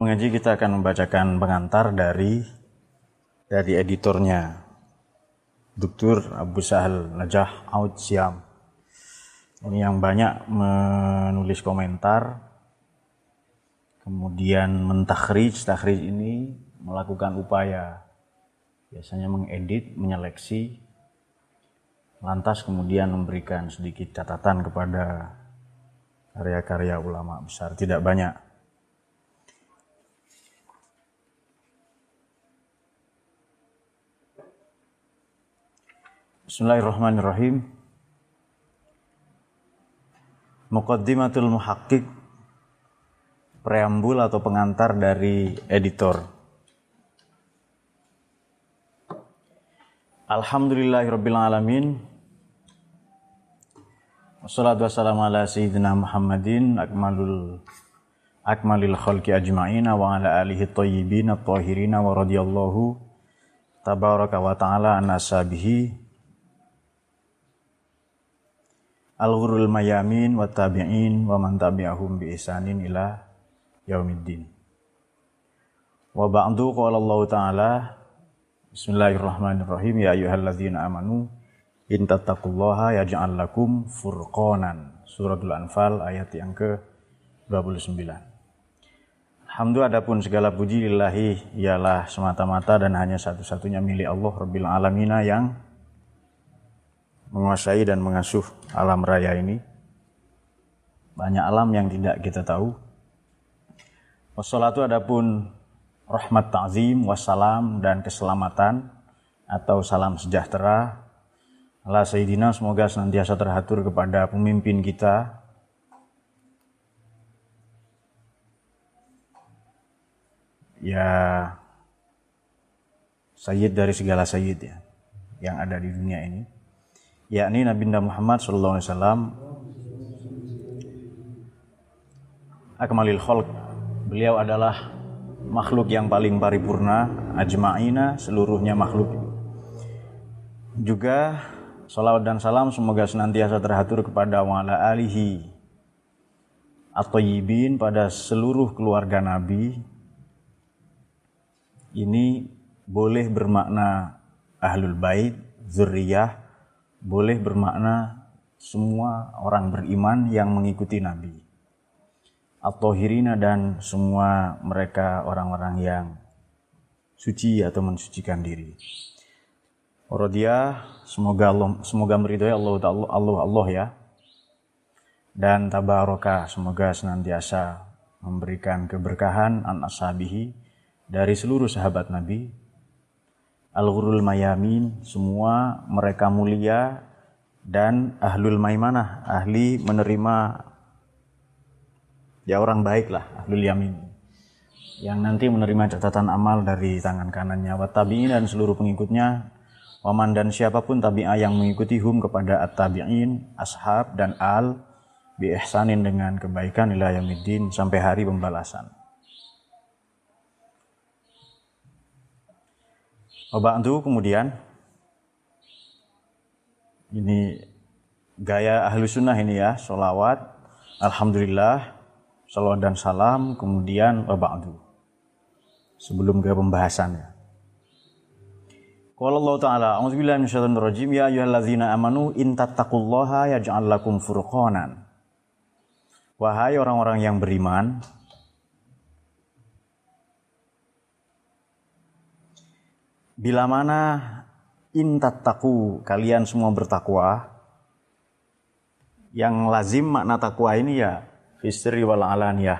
Mengaji kita akan membacakan pengantar dari editornya, Dr. Abu Sahal Najah Aud Syam. Ini yang banyak menulis komentar, kemudian takhrij ini melakukan upaya, biasanya mengedit, menyeleksi, lantas kemudian memberikan sedikit catatan kepada karya-karya ulama besar, tidak banyak. Bismillahirrahmanirrahim. Muqaddimatul Muhaqqiq, preambul atau pengantar dari editor. Alhamdulillahirabbil alamin. Wassalatu wassalamu ala sayyidina Muhammadin akmalil khalqi ajma'in wa ala alihi thayyibin at-tahirin wa radhiyallahu tabaraka wa ta'ala an ashabihi al-ghurul mayamin wa tabi'in wa man tabi'ahum bi ihsanin ila yaumiddin. Wa ba'du, qala Allah ta'ala, bismillahirrahmanirrahim, ya ayyuhalladzina amanu in tattaqullaha yaj'al lakum furqanan. Suratul Anfal ayat yang ke-29. Alhamdulillah, adapun segala puji lillahi, ialah semata-mata dan hanya satu-satunya milik Allah Rabbil Alamina yang menguasai dan mengasuh alam raya ini. Banyak alam yang tidak kita tahu. Wassalatu, adapun rahmat ta'zim, wassalam dan keselamatan atau salam sejahtera ala sayyidina, semoga senantiasa terhatur kepada pemimpin kita, ya sayyid dari segala sayyid ya yang ada di dunia ini, yakni Nabi Muhammad SAW, akmalil khalq. Beliau adalah makhluk yang paling paripurna, ajma'ina, seluruhnya makhluk. Juga salawat dan salam semoga senantiasa terhatur kepada wa ala alihi at-thayyibin, pada seluruh keluarga Nabi. Ini boleh bermakna ahlul bait, zurriyah, boleh bermakna semua orang beriman yang mengikuti Nabi, at-thahirina, dan semua mereka orang-orang yang suci atau mensucikan diri. Radiyah, semoga meridhai Allah ya, dan tabaraka, semoga senantiasa memberikan keberkahan an ashabihi, dari seluruh sahabat Nabi, al-ghurul mayamin, semua mereka mulia, dan ahlul maimanah, ahli menerima, ya orang baik lah, ahlul yamin, yang nanti menerima catatan amal dari tangan kanannya, wa tabi'in, dan seluruh pengikutnya, waman, dan siapapun tabi'ah yang mengikuti hum kepada at-tabi'in, ashab dan al, bi ihsanin, dengan kebaikan ila yaumiddin, sampai hari pembalasan. Ba'du, kemudian ini gaya ahlu sunnah ini ya, sholawat, alhamdulillah, salawat dan salam, kemudian ba'du, sebelum ke pembahasannya. Qala Allah Ta'ala, a'udzubillahi minasyaitonir rajim, ya ayyuhalladzina amanu in tattaqullaha yaj'al lakum furqanan. Wahai orang-orang yang beriman, bila mana in tattaqu, kalian semua bertakwa. Yang lazim makna takwa ini ya fisri wal alaniyah,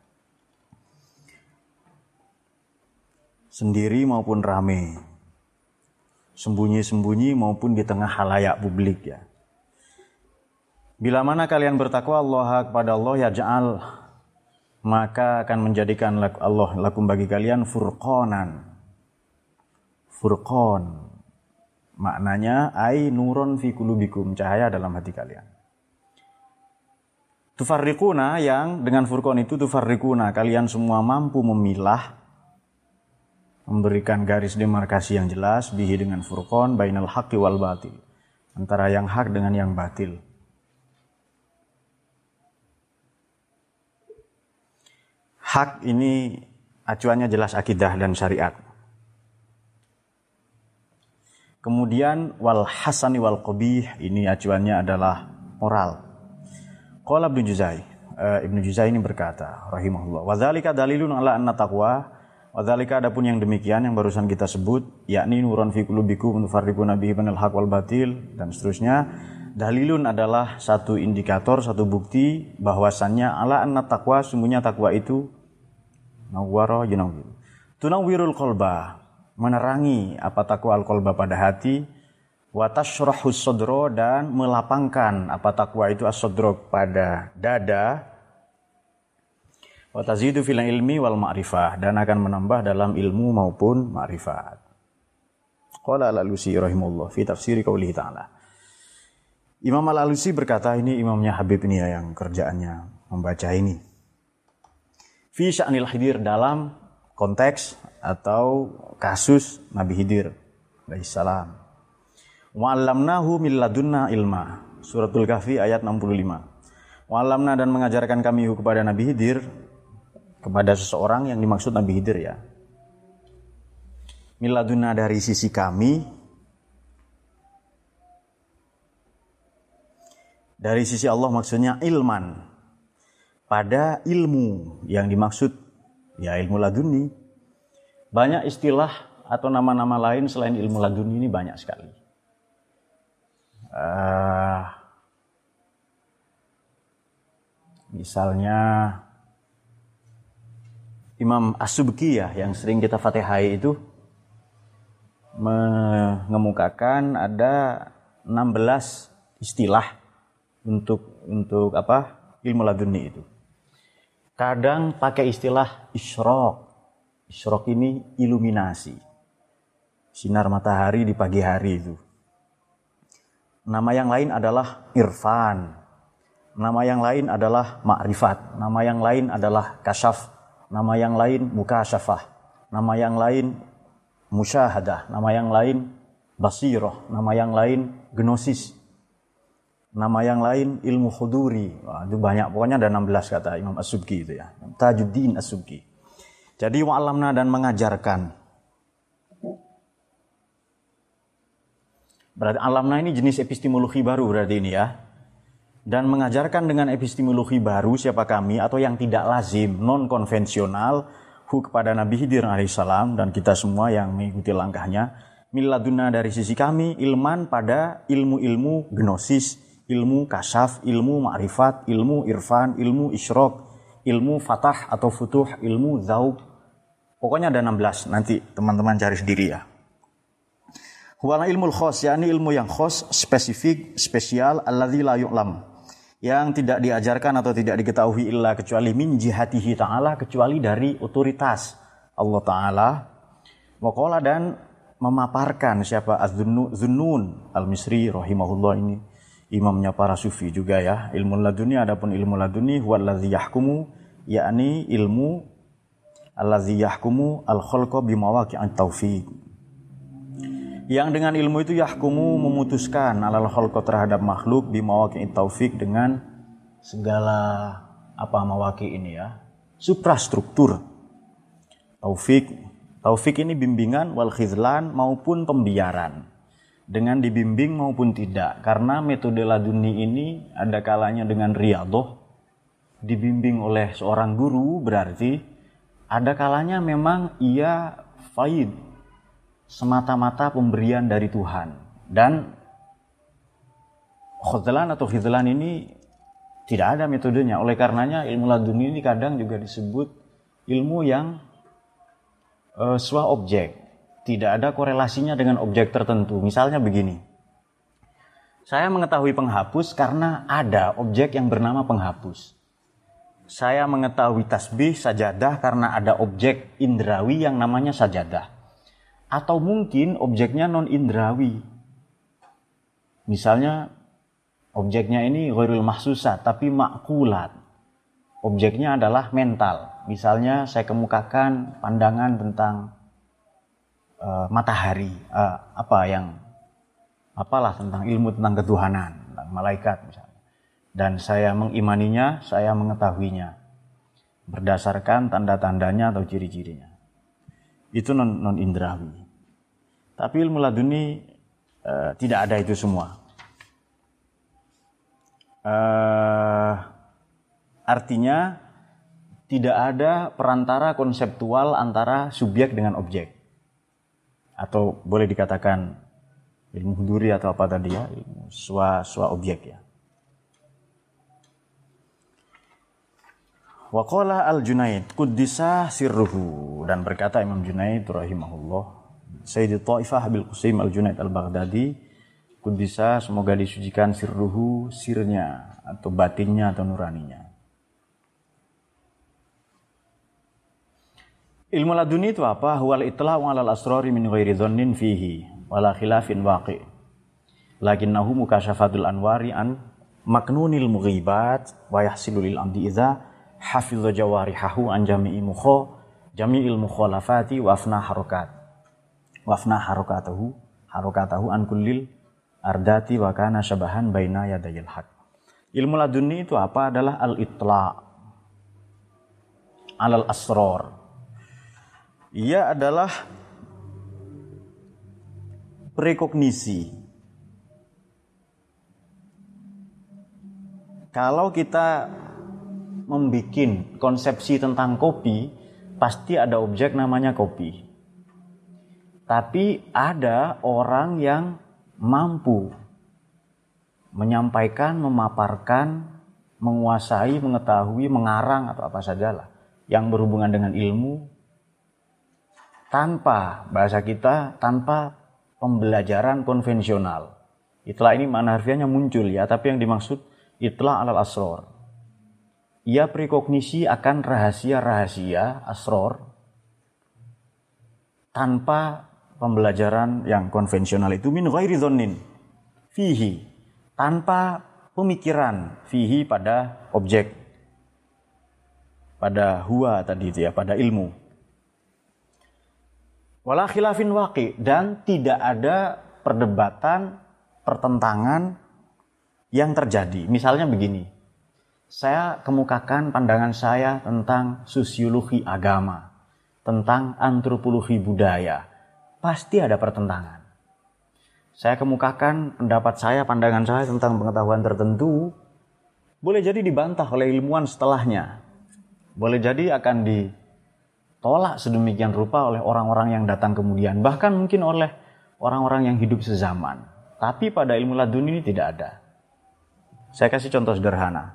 sendiri maupun rame, sembunyi-sembunyi maupun di tengah halayak publik ya. Bila mana kalian bertakwa Allah kepada Allah, ya ja'al, maka akan menjadikan Allah lakum, bagi kalian, furqanan. Furqan maknanya ai nurun fi qulubikum, cahaya dalam hati kalian. Tufarriquna, yang dengan furqan itu tufarriquna, kalian semua mampu memilah, memberikan garis demarkasi yang jelas, bihi, dengan furqan, bainal haqqi wal batil, antara yang hak dengan yang batil. Hak ini acuannya jelas akidah dan syariat. Kemudian wal hasani wal qabih, ini acuannya adalah moral. Qala Ibnu Juzai, Ibnu Juzai ini berkata rahimahullah, wa dzalika dalilun ala anna taqwa, wa dzalika adapun yang demikian yang barusan kita sebut, yakni nurun fi qulubikum tufarriquna bihi bainal haq wal batil dan seterusnya. Dalilun adalah satu indikator, satu bukti bahwasannya ala anna taqwa, sungguhnya takwa itu nawwara yunawwir. Tunawwirul qalba, menerangi apa takwa al-qalba pada hati, wa tashrahus sadra, dan melapangkan apa takwa itu as-sadra pada dada, wa tazidu fil ilmi wal ma'rifah, dan akan menambah dalam ilmu maupun ma'rifat. Qala al-Alusi rahimahullah fi tafsiri qoulihi ta'ala. Imam Al-Alusi berkata, ini imamnya Habib ini ya yang kerjaannya membaca ini. Fi sya'nil Khidir, dalam konteks atau kasus Nabi Khidir alaihissalam. Wa 'allamnahu min ladunna ilma. Suratul Kahfi ayat 65. Wa 'allamna, dan mengajarkan kami kepada Nabi Khidir, kepada seseorang yang dimaksud Nabi Khidir ya. Min ladunna, dari sisi kami. Dari sisi Allah maksudnya ilman, pada ilmu yang dimaksud ya ilmu laduni. Banyak istilah atau nama-nama lain selain ilmu laduni ini banyak sekali. Misalnya Imam As-Subki ya yang sering kita fatihai itu mengemukakan ada 16 istilah untuk apa? Ilmu laduni itu. Kadang pakai istilah isyraq. Isyraq ini iluminasi. Sinar matahari di pagi hari itu. Nama yang lain adalah irfan. Nama yang lain adalah ma'rifat. Nama yang lain adalah kasyaf. Nama yang lain mukasyafah. Nama yang lain musyahadah. Nama yang lain basirah. Nama yang lain gnosis. Nama yang lain ilmu khuduri. Wah, itu banyak, pokoknya ada 16 kata Imam As-Subki itu ya. Tajuddin As-Subki. Jadi wa'alamna, dan mengajarkan. Berarti alamna ini jenis epistemologi baru berarti ini ya. Dan mengajarkan dengan epistemologi baru siapa kami, atau yang tidak lazim, non konvensional, kepada Nabi Khidir alaihissalam dan kita semua yang mengikuti langkahnya. Miladuna, dari sisi kami, ilman, pada ilmu-ilmu gnosis, ilmu kasyaf, ilmu ma'rifat, ilmu irfan, ilmu isyraq, ilmu fatah atau futuh, ilmu zauq. Pokoknya ada 16, nanti teman-teman cari sendiri ya. Huwal ilmul khos, yakni ilmu yang khos, spesifik, spesial, alladzi la yu'lam, yang tidak diajarkan atau tidak diketahui illa kecuali min jihatihi ta'ala, kecuali dari otoritas Allah Ta'ala. Waqala, dan memaparkan siapa Az-Zunnun Al-Misri rahimahullah, ini imamnya para sufi juga ya. Ilmu laduni, adapun ilmu laduni huwallazi yahkumu, yakni ilmu allazi yahkumu al-khalqa bimawaqi'at taufiq, yang dengan ilmu itu yahkumu, memutuskan alal khalqa, terhadap makhluk, bimawaqi'at taufiq, dengan segala apa mawaqi ini ya, suprastruktur taufik. Taufik ini bimbingan, wal khizlan, maupun pembiaran, dengan dibimbing maupun tidak. Karena metode laduni ini ada kalanya dengan riyadhah, dibimbing oleh seorang guru, berarti ada kalanya memang ia faid, semata-mata pemberian dari Tuhan. Dan khizlan atau khizlan ini tidak ada metodenya. Oleh karenanya ilmu laduni ini kadang juga disebut ilmu yang swa objek. Tidak ada korelasinya dengan objek tertentu. Misalnya begini, saya mengetahui penghapus karena ada objek yang bernama penghapus. Saya mengetahui tasbih, sajadah karena ada objek indrawi yang namanya sajadah. Atau mungkin objeknya non-indrawi. Misalnya objeknya ini ghairul mahsusat tapi makulat. Objeknya adalah mental. Misalnya saya kemukakan pandangan tentang matahari, apalah tentang ilmu tentang ketuhanan, tentang malaikat misalnya. Dan saya mengimaninya, saya mengetahuinya. berdasarkan tanda-tandanya atau ciri-cirinya. Itu non indrawi. Tapi ilmu laduni tidak ada itu semua. Artinya tidak ada perantara konseptual antara subjek dengan objek. Atau boleh dikatakan ilmu huduri atau apa tadi ya, ilmu swa objek ya. Wa qala al-Junaid quddisa sirruhu, dan berkata Imam Junaid rahimahullah, Sayyidi Taifah Abil Qasim al-Junaid al-Baghdadi, quddisa, semoga disucikan, sirruhu, sirnya atau batinnya atau nuraninya. Ilmu laduni itu apa? Huwal itla'u 'alal asrari min ghairi dhannin fihi wala khilafin waqi'. Lakinnahu mukasyafatul anwari an maknunil mughibat wa yahsilu lil amdi idza hafidha jawarihahu an jami'il mukhalafati wa afna harakatahu an kullil ardati wa kana syabahan baina yadayil haq. Ilmu laduni itu apa? Adalah al-itla' 'alal asrar. Ia adalah prekognisi. Kalau kita membuat konsepsi tentang kopi, pasti ada objek namanya kopi. Tapi ada orang yang mampu menyampaikan, memaparkan, menguasai, mengetahui, mengarang atau apa sajalah yang berhubungan dengan ilmu, tanpa bahasa kita, tanpa pembelajaran konvensional. Itla ini makna harfiahnya muncul ya, tapi yang dimaksud itla alal asror. Ia prekognisi akan rahasia-rahasia asror tanpa pembelajaran yang konvensional itu, min ghairi dhannin fihi, tanpa pemikiran fihi pada objek, pada huwa tadi itu ya, pada ilmu. Wala khilafin waqi, dan tidak ada perdebatan, pertentangan yang terjadi. Misalnya begini, saya kemukakan pandangan saya tentang sosiologi agama, tentang antropologi budaya. Pasti ada pertentangan. Saya kemukakan pendapat saya, pandangan saya tentang pengetahuan tertentu, boleh jadi dibantah oleh ilmuwan setelahnya. Boleh jadi akan ditolak sedemikian rupa oleh orang-orang yang datang kemudian, bahkan mungkin oleh orang-orang yang hidup sezaman. Tapi pada ilmu laduni ini tidak ada. Saya kasih contoh sederhana.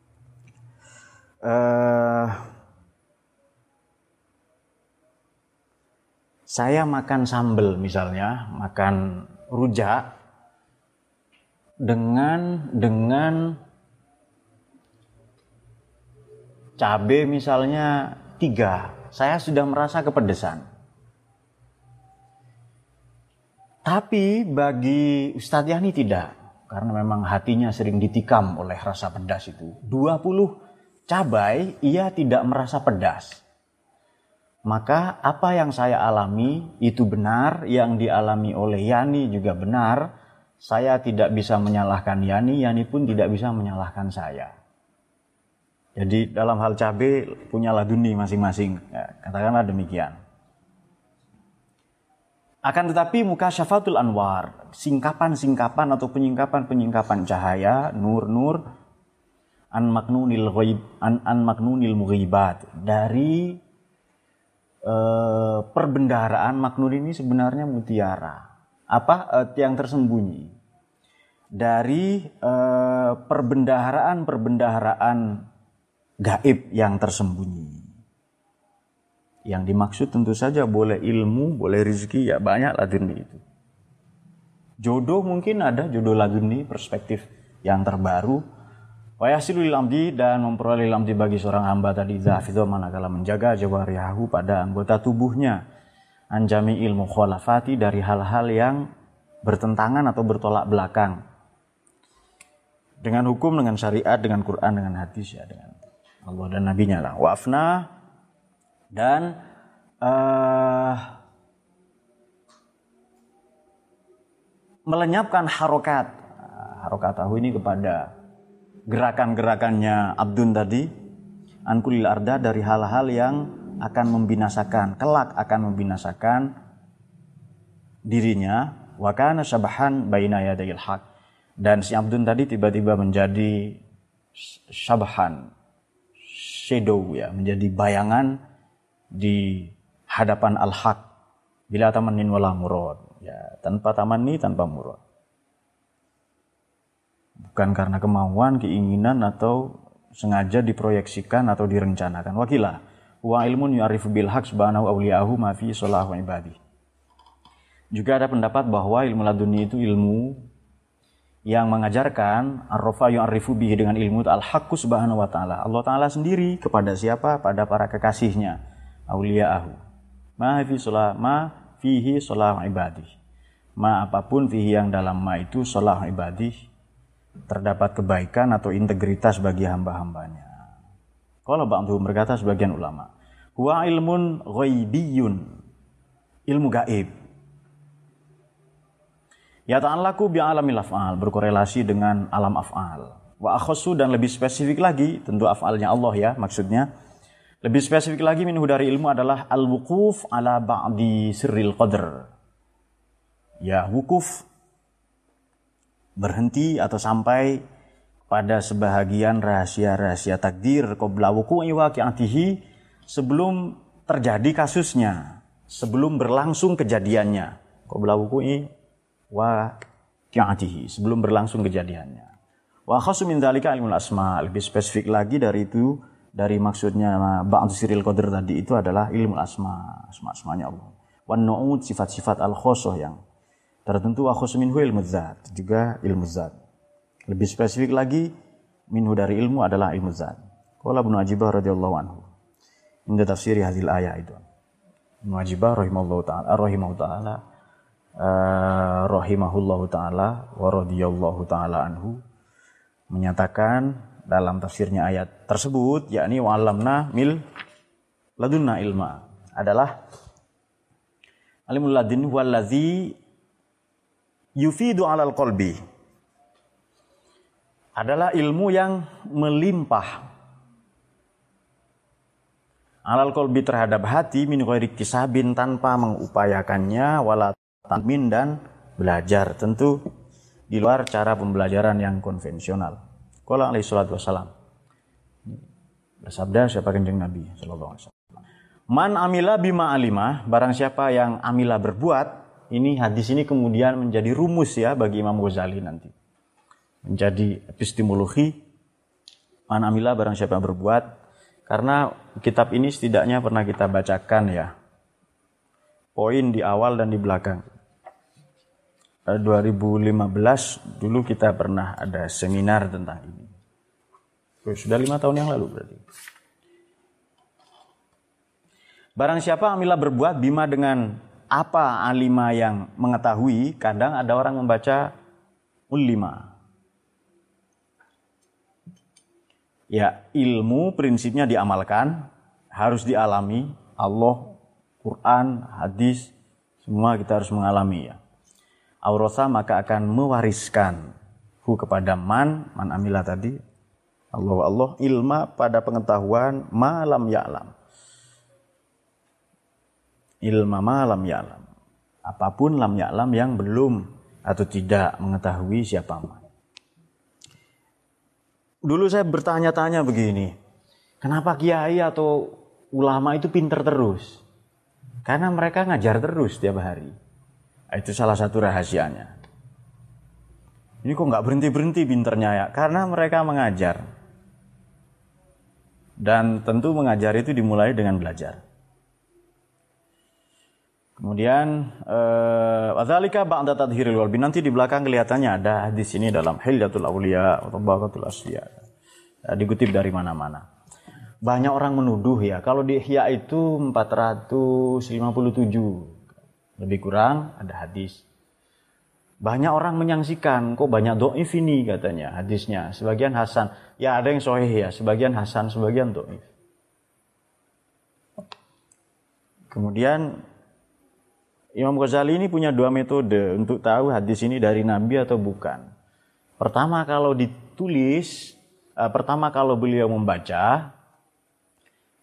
Saya makan sambal misalnya, makan rujak dengan cabai misalnya 3. Saya sudah merasa kepedesan. Tapi bagi Ustadz Yani tidak. Karena memang hatinya sering ditikam oleh rasa pedas itu. 20 cabai, ia tidak merasa pedas. Maka apa yang saya alami itu benar, yang dialami oleh Yani juga benar. Saya tidak bisa menyalahkan Yani, Yani pun tidak bisa menyalahkan saya. Jadi dalam hal cabai punya laduni masing-masing, ya, katakanlah demikian. Akan tetapi mukasyafatul anwar, singkapan-singkapan atau penyingkapan-penyingkapan cahaya, nur-nur, an maknunil mughibat, dari perbendaharaan. Maknun ini sebenarnya mutiara, yang tersembunyi dari perbendaharaan gaib yang tersembunyi. Yang dimaksud tentu saja boleh ilmu, boleh rezeki, ya banyak laduni itu. Jodoh mungkin ada, jodoh laduni, perspektif yang terbaru. Wa yasilul amdi, dan memperoleh amdi bagi seorang hamba tadi zahfidho, manakala menjaga jawarihahu pada anggota tubuhnya, anjami ilmu khalafati, dari hal-hal yang bertentangan atau bertolak belakang dengan hukum, dengan syariat, dengan Quran, dengan hadis, ya, dengan Allah dan Nabi-Nya lah. Wa'afna, dan melenyapkan harokat tahu ini kepada gerakan-gerakannya Abdun tadi, an kulil arda, dari hal-hal yang akan membinasakan, kelak akan membinasakan dirinya. Wa kana syabahan baina yadayil haq, dan si Abdun tadi tiba-tiba menjadi syabahan, shadow ya, menjadi bayangan di hadapan al-haq bila tamanin wala murad, ya, tanpa tamanni, tanpa murad. Bukan karena kemauan, keinginan atau sengaja diproyeksikan atau direncanakan. Wakilah wa ilmun yu'arifu bil haq subhanahu awliyahu ma fi salahu ibadi. Juga ada pendapat bahwa ilmu laduni itu ilmu yang mengajarkan ar-rafa yu'arifu bihi, dengan ilmu al-haqqu subhanahu wa ta'ala. Allah Ta'ala sendiri kepada siapa? Pada para kekasihnya, awliya'ahu. Ma fihi salahu ibadi. Ma apapun fihi yang dalam ma itu salahu ibadi, terdapat kebaikan atau integritas bagi hamba-hambanya. Kalau ba'dhum, berkata sebagian ulama, huwa ilmun ghaibiyun, ilmu gaib. Ya ta'allaku bi'alamil af'al, berkorelasi dengan alam af'al. Wa akhassu, dan lebih spesifik lagi, tentu af'alnya Allah ya maksudnya. Lebih spesifik lagi minhu dari ilmu adalah al-wuquf ala ba'di sirril qadr. Ya, wukuf, berhenti atau sampai pada sebahagian rahasia-rahasia takdir qabla wuqu'i waqi'atihi, sebelum terjadi kasusnya, sebelum berlangsung kejadiannya. Qabla wuqu'i waqi'atihi, sebelum berlangsung kejadiannya. Wa khassu min dzalika ilmul asma, lebih spesifik lagi dari itu, dari maksudnya ba'd sirril qadr tadi itu adalah ilmul asma, asma-asmanya Allah. Wan nu'ud, sifat-sifat al-khosoh yang tertentu. Wa khassu minhu ilmu dzat, juga ilmu zat. Lebih spesifik lagi minhu dari ilmu adalah ilmu zat. Qala Ibnu Ajibah radhiyallahu anhu inda tafsiri hadhil ayat itu. Ibnu Ajibah rahimahullahu ta'ala wa radhiyallahu ta'ala anhu menyatakan dalam tafsirnya ayat tersebut, yakni wa'alamna mil ladunna ilma, adalah alimul ladin wallazi yufidu alal qalbi, adalah ilmu yang melimpah alal qalbi, terhadap hati, min ghairi kisabin, tanpa mengupayakannya, wala tamin, dan belajar, tentu di luar cara pembelajaran yang konvensional. Qala alaihi salatu wassalam, bersabda siapa kanjeng Nabi sallallahu alaihi wasallam, man amila bima alima, barang siapa yang amila berbuat. Ini hadis ini kemudian menjadi rumus ya bagi Imam Ghazali nanti, menjadi epistemologi. Man amila, barang siapa yang berbuat, karena kitab ini setidaknya pernah kita bacakan ya, poin di awal dan di belakang. 2015 dulu kita pernah ada seminar tentang ini. Sudah 5 tahun yang lalu berarti. Barang siapa amila berbuat bima, dengan apa alima yang mengetahui. Kadang ada orang membaca ulima. Ya, ilmu prinsipnya diamalkan, harus dialami. Allah, Quran, hadis, semua kita harus mengalami ya. Aurasa, maka akan mewariskan hu kepada man amila tadi, Allah ilma, pada pengetahuan malam ya'lam, ilma malam ya'lam, apapun lam ya'lam, yang belum atau tidak mengetahui siapa man. Dulu saya bertanya-tanya begini, kenapa kiai atau ulama itu pinter terus? Karena mereka ngajar terus tiap hari. Itu salah satu rahasianya. Ini kok nggak berhenti-berhenti pinternya ya? Karena mereka mengajar. Dan tentu mengajar itu dimulai dengan belajar. Kemudian wadzalika ba'da tadhhiril walbi, nanti di belakang kelihatannya ada hadis ini dalam Hilyatul Auliya atau Tabaqatul Asfiya. Dikutip dari mana-mana. Banyak orang menuduh ya, kalau di Ihya itu 457. Lebih kurang ada hadis. Banyak orang menyaksikan, kok banyak dhaif ini katanya hadisnya. Sebagian hasan. Ya ada yang sahih ya, sebagian hasan, sebagian dhaif. Kemudian Imam Ghazali ini punya 2 metode untuk tahu hadis ini dari Nabi atau bukan. Pertama, kalau ditulis, pertama kalau beliau membaca,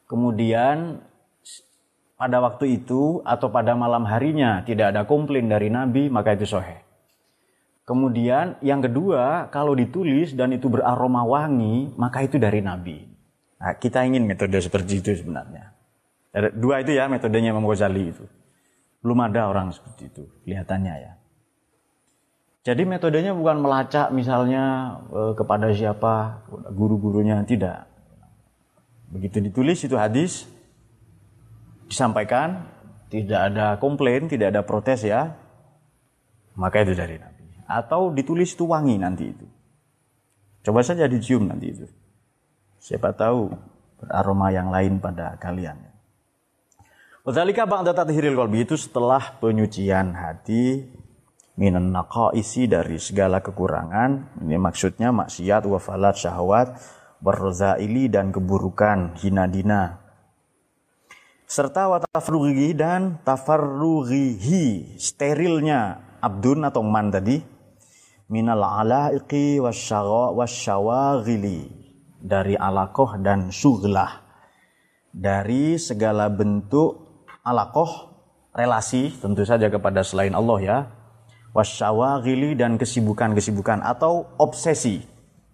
kemudian pada waktu itu atau pada malam harinya tidak ada komplain dari Nabi, maka itu sahih. Kemudian yang kedua, kalau ditulis dan itu beraroma wangi, maka itu dari Nabi. Nah, kita ingin metode seperti itu sebenarnya. Dua itu ya metodenya Imam Ghazali itu. Belum ada orang seperti itu kelihatannya ya. Jadi metodenya bukan melacak misalnya kepada siapa, guru-gurunya, tidak. Begitu ditulis itu hadis, disampaikan, tidak ada komplain, tidak ada protes ya, maka itu dari Nabi. Atau ditulis itu wangi nanti itu. Coba saja dicium nanti itu. Siapa tahu beraroma yang lain pada kalian. Wadzalika ba'da tathhiril qalbi, itu setelah penyucian hati minan naqaisi, dari segala kekurangan. Ini maksudnya maksiat, wafalat, syahwat, warzaili, dan keburukan, hina-dina. Serta watafarrughi, dan tafarrughihi, sterilnya abdun atau man tadi, minal alaiqi wasyawaghili, dari alaqah dan syughlah, dari segala bentuk alaqah, relasi tentu saja kepada selain Allah ya, wasyawaghili, dan kesibukan-kesibukan atau obsesi,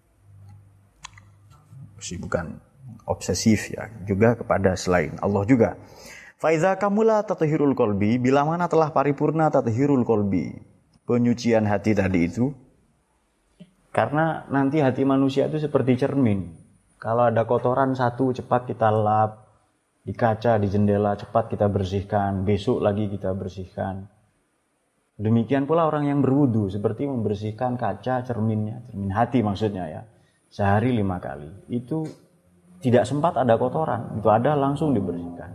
kesibukan obsesif ya, juga kepada selain Allah juga. Faiza kamula tathhirul qalbi, bila mana telah paripurna tathhirul qalbi, penyucian hati tadi itu. Karena nanti hati manusia itu seperti cermin. Kalau ada kotoran satu, cepat kita lap, di kaca, di jendela, cepat kita bersihkan, besok lagi kita bersihkan. Demikian pula orang yang berwudu, seperti membersihkan kaca cerminnya, cermin hati maksudnya ya, sehari 5 kali. Itu tidak sempat ada kotoran, itu ada langsung dibersihkan.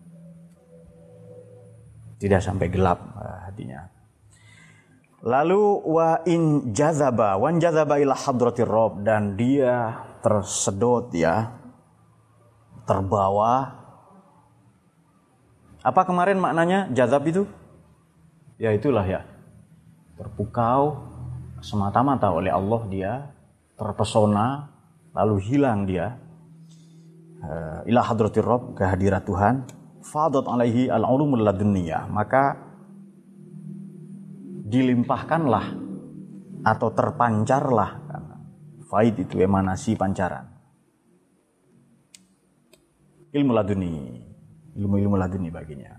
Tidak sampai gelap hatinya. Lalu wa in jazaba, wan jazaba ila hadratir rabb, dan dia tersedot ya, terbawa. Apa kemarin maknanya jazab itu? Ya itulah ya, terpukau semata-mata oleh Allah, dia terpesona lalu hilang dia ila hadratir rabb, ke hadirat Tuhan. Fadat alaihi al-ulumul ladunniyah, maka dilimpahkanlah atau terpancarlah, faid itu emanasi pancaran, ilmu laduni, ilmu laduni baginya.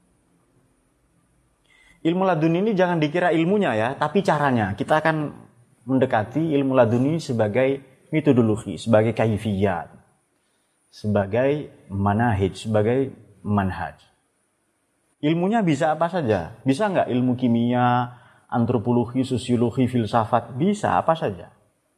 Ilmu laduni ini jangan dikira ilmunya ya, tapi caranya. Kita akan mendekati ilmu laduni sebagai metodologi, sebagai kaifiyat, sebagai manahij, sebagai manhaj. Ilmunya bisa apa saja. Bisa nggak ilmu kimia, antropologi, sosiologi, filsafat? Bisa apa saja.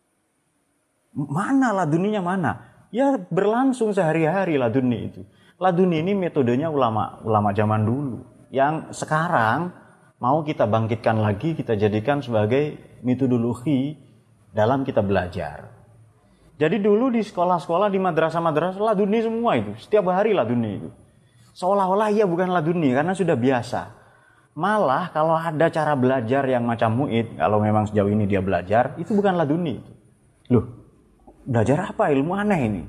Mana laduninya mana? Ya berlangsung sehari-hari laduni itu. Laduni ini metodenya ulama zaman dulu. Yang sekarang mau kita bangkitkan lagi, kita jadikan sebagai metodologi dalam kita belajar. Jadi dulu di sekolah-sekolah, di madrasah-madrasah, laduni semua itu. Setiap hari laduni itu. Seolah-olah ia bukan laduni karena sudah biasa. Malah kalau ada cara belajar yang macam mu'id, kalau memang sejauh ini dia belajar, itu bukan laduni. Loh, belajar apa? Ilmu aneh ini.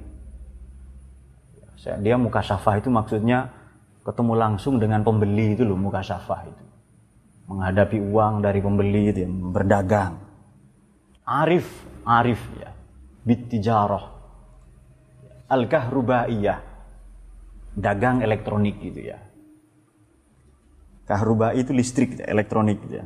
Dia mukasyafah itu maksudnya ketemu langsung dengan pembeli itu loh, mukasyafah itu. Menghadapi uang dari pembeli itu, berdagang. Arif ya. Bittijarah. Al-kahrubaiyah. Dagang elektronik gitu ya. Kahruba itu listrik, elektronik gitu ya.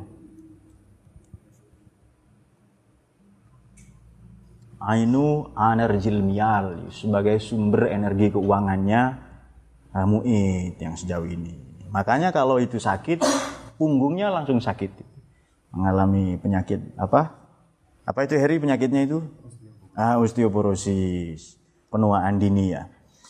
Ainu enerjil miyal, sebagai sumber energi keuangannya mu'id yang sejauh ini. Makanya kalau itu sakit, punggungnya langsung sakit. Mengalami penyakit apa? Apa itu Heri penyakitnya itu? Osteoporosis, penuaan dini ya.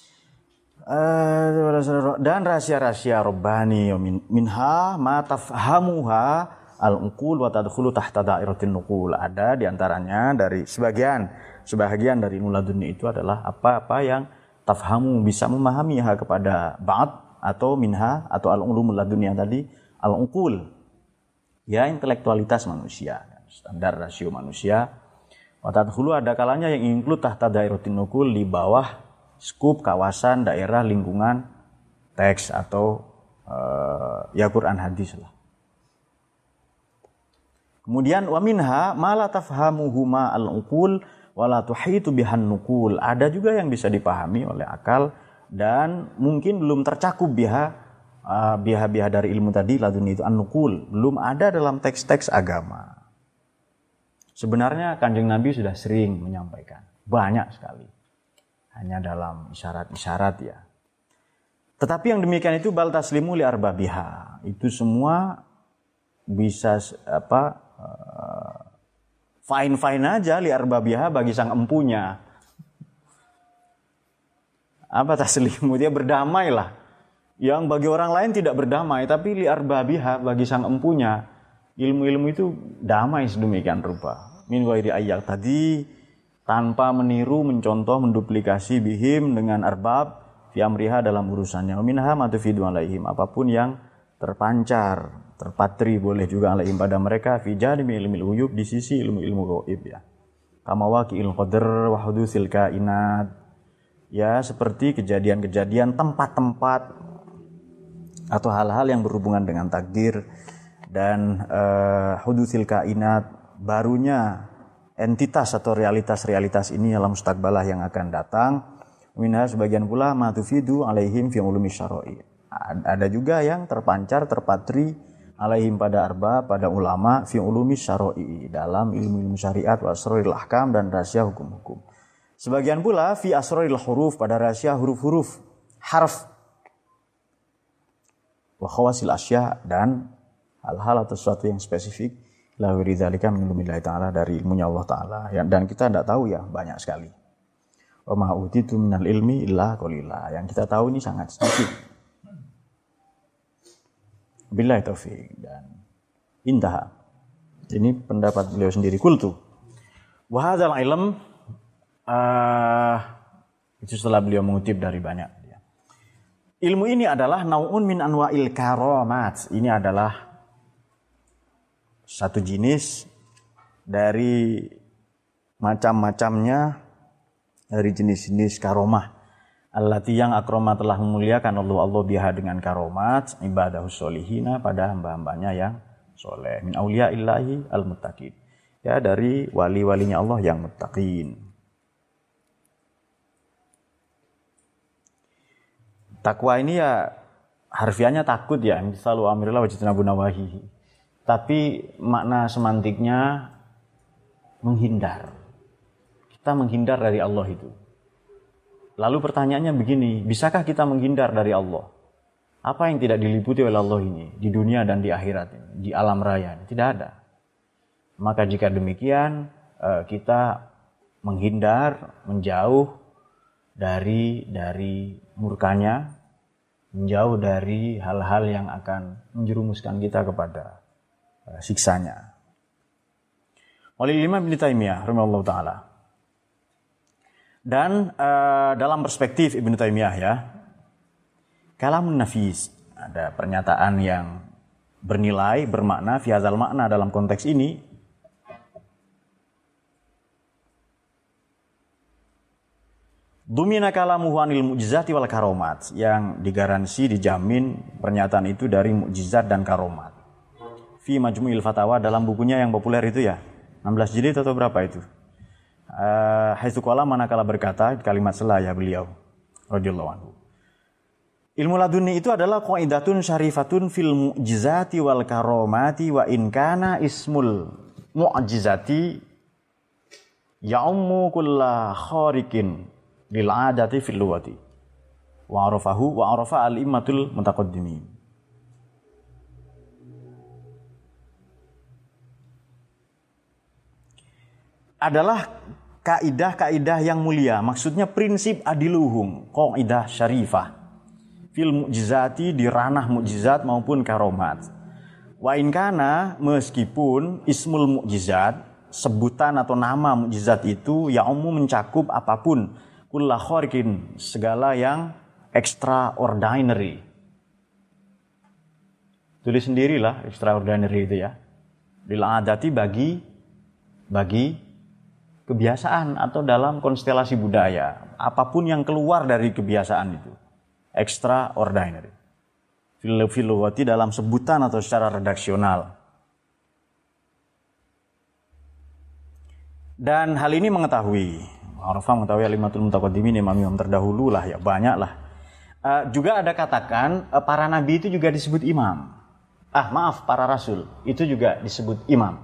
Dan rahasia-rahasia robbani minha ma tafhamuha al-uqul wa tadkhulu tahta dairatin nuqul. Ada di antaranya dari sebagian dari nuladuni itu adalah apa-apa yang tafhamu, bisa memahami kepada ba'd atau minha atau al-ulumul laduniyah tadi, al-uqul ya, intelektualitas manusia, standar rasio manusia. Wa tadkhulu, ada kalanya yang include tahta dairatin nuqul, di bawah skup kawasan, daerah, lingkungan teks atau ya Quran hadis lah. Kemudian wa minha ma la tafhamuhuma al-uqul wa la tuhitu bihan nuqul. Ada juga yang bisa dipahami oleh akal dan mungkin belum tercakup biha dari ilmu tadi laduni itu an-nuqul, belum ada dalam teks-teks agama. Sebenarnya Kanjeng Nabi sudah sering menyampaikan, banyak sekali. Hanya dalam isyarat-isyarat ya. Tetapi yang demikian itu bal taslimu li arbabiha. Itu semua bisa fine-fine aja li arbabiha bagi sang empunya. Apa taslimu? Dia berdamai lah. Yang bagi orang lain tidak berdamai, tapi li arbabiha bagi sang empunya, ilmu-ilmu itu damai sedemikian rupa. Min ghairi ayyak tadi, tanpa meniru, mencontoh, menduplikasi bihim dengan arbab fi amriha dalam urusannya. Minha ma tufidu alaihim, apapun yang terpancar, terpatri boleh juga alaihim pada mereka fi janibi ilmil ghuyub, di sisi ilmu-ilmu gaib ya. Kama waqi'il qadar wa hudutsil kainat. Ya, seperti kejadian-kejadian tempat-tempat atau hal-hal yang berhubungan dengan takdir dan hudutsil kainat, barunya entitas atau realitas-realitas ini dalam mustaqbalah yang akan datang. Minha sebagian pula ma tufidu alaihim fi ulumi syara'i. Ada juga yang terpancar, terpatri alaihim pada arba, pada ulama fi ulumi syara'i, dalam ilmu-ilmu syariat wa asraril ahkam dan rahasia hukum-hukum. Sebagian pula fi asraril huruf, pada rahasia huruf-huruf, harf wa khawasil asya, dan hal-hal atau sesuatu yang spesifik la wiridzalika min ilmillahi ta'ala, dari ilmunya Allah Ta'ala ya, dan kita tidak tahu ya, banyak sekali. Wa ma utitu minal ilmi illa qalila, yang kita tahu ini sangat sedikit. Billahi taufiq. Dan intaha. Ini pendapat beliau sendiri. Qultu wa hadzal ilm, itu setelah beliau mengutip dari banyak. Ilmu ini adalah nau'un min anwa'il karamat. Ini adalah satu jenis dari macam-macamnya, dari jenis-jenis karomah. Allati yang akroma telah memuliakan Allah biha dengan karomat, ibadahus solihina, pada hamba-hambanya yang soleh. Min awliya'illahi al-muttaqin. Ya, dari wali-walinya Allah yang muttaqin. Takwa ini ya harfiahnya takut ya, selalu amirillah wajitnabu nawahi. Tapi makna semantiknya menghindar. Kita menghindar dari Allah itu. Lalu pertanyaannya begini, bisakah kita menghindar dari Allah? Apa yang tidak diliputi oleh Allah ini di dunia dan di akhirat ini, di alam raya ini? Tidak ada. Maka jika demikian kita menghindar, menjauh dari murkanya, menjauh dari hal-hal yang akan menjerumuskan kita kepada siksanya. Oleh Imam Ibnu Taimiyah rahimahullah ta'ala. Dan dalam perspektif Ibnu Taimiyah ya, kalamun nafis, ada pernyataan yang bernilai, bermakna, fi hadzal makna, dalam konteks ini. Dumina kalamuhu anil mu'jizati wal karomat, yang digaransi, dijamin pernyataan itu dari mukjizat dan karomat. Fi Majmu'il Fatawa, dalam bukunya yang populer itu ya, 16 jilid atau berapa itu. Haitsu qala, manakala berkata, kalimat selah ya beliau radhiyallahu anhu. Ilmu laduni itu adalah qaidatun syarifatun fil mu'jizati wal karomati, wa in kana ismul mu'jizati ya'ummu kulla khariqin lil adati fil lughati wa arafa al-immatul mutaqaddimin. Adalah kaidah-kaidah yang mulia, maksudnya prinsip adiluhum, qaidah syarifah fil mu'jizati, di ranah mukjizat maupun karomat. Wa in kana, meskipun ismul mukjizat, sebutan atau nama mukjizat itu ya umum mencakup apapun, kullah khariqin, segala yang extraordinary. Tulis sendirilah extraordinary itu ya. Lil adati, bagi kebiasaan atau dalam konstelasi budaya. Apapun yang keluar dari kebiasaan itu. Extraordinary. Fil lughati dalam sebutan atau secara redaksional. Dan hal ini mengetahui alimatul mutaqaddimin, imam-imam terdahulu lah ya, banyak lah. Juga ada katakan para nabi itu juga disebut imam. Para rasul itu juga disebut imam.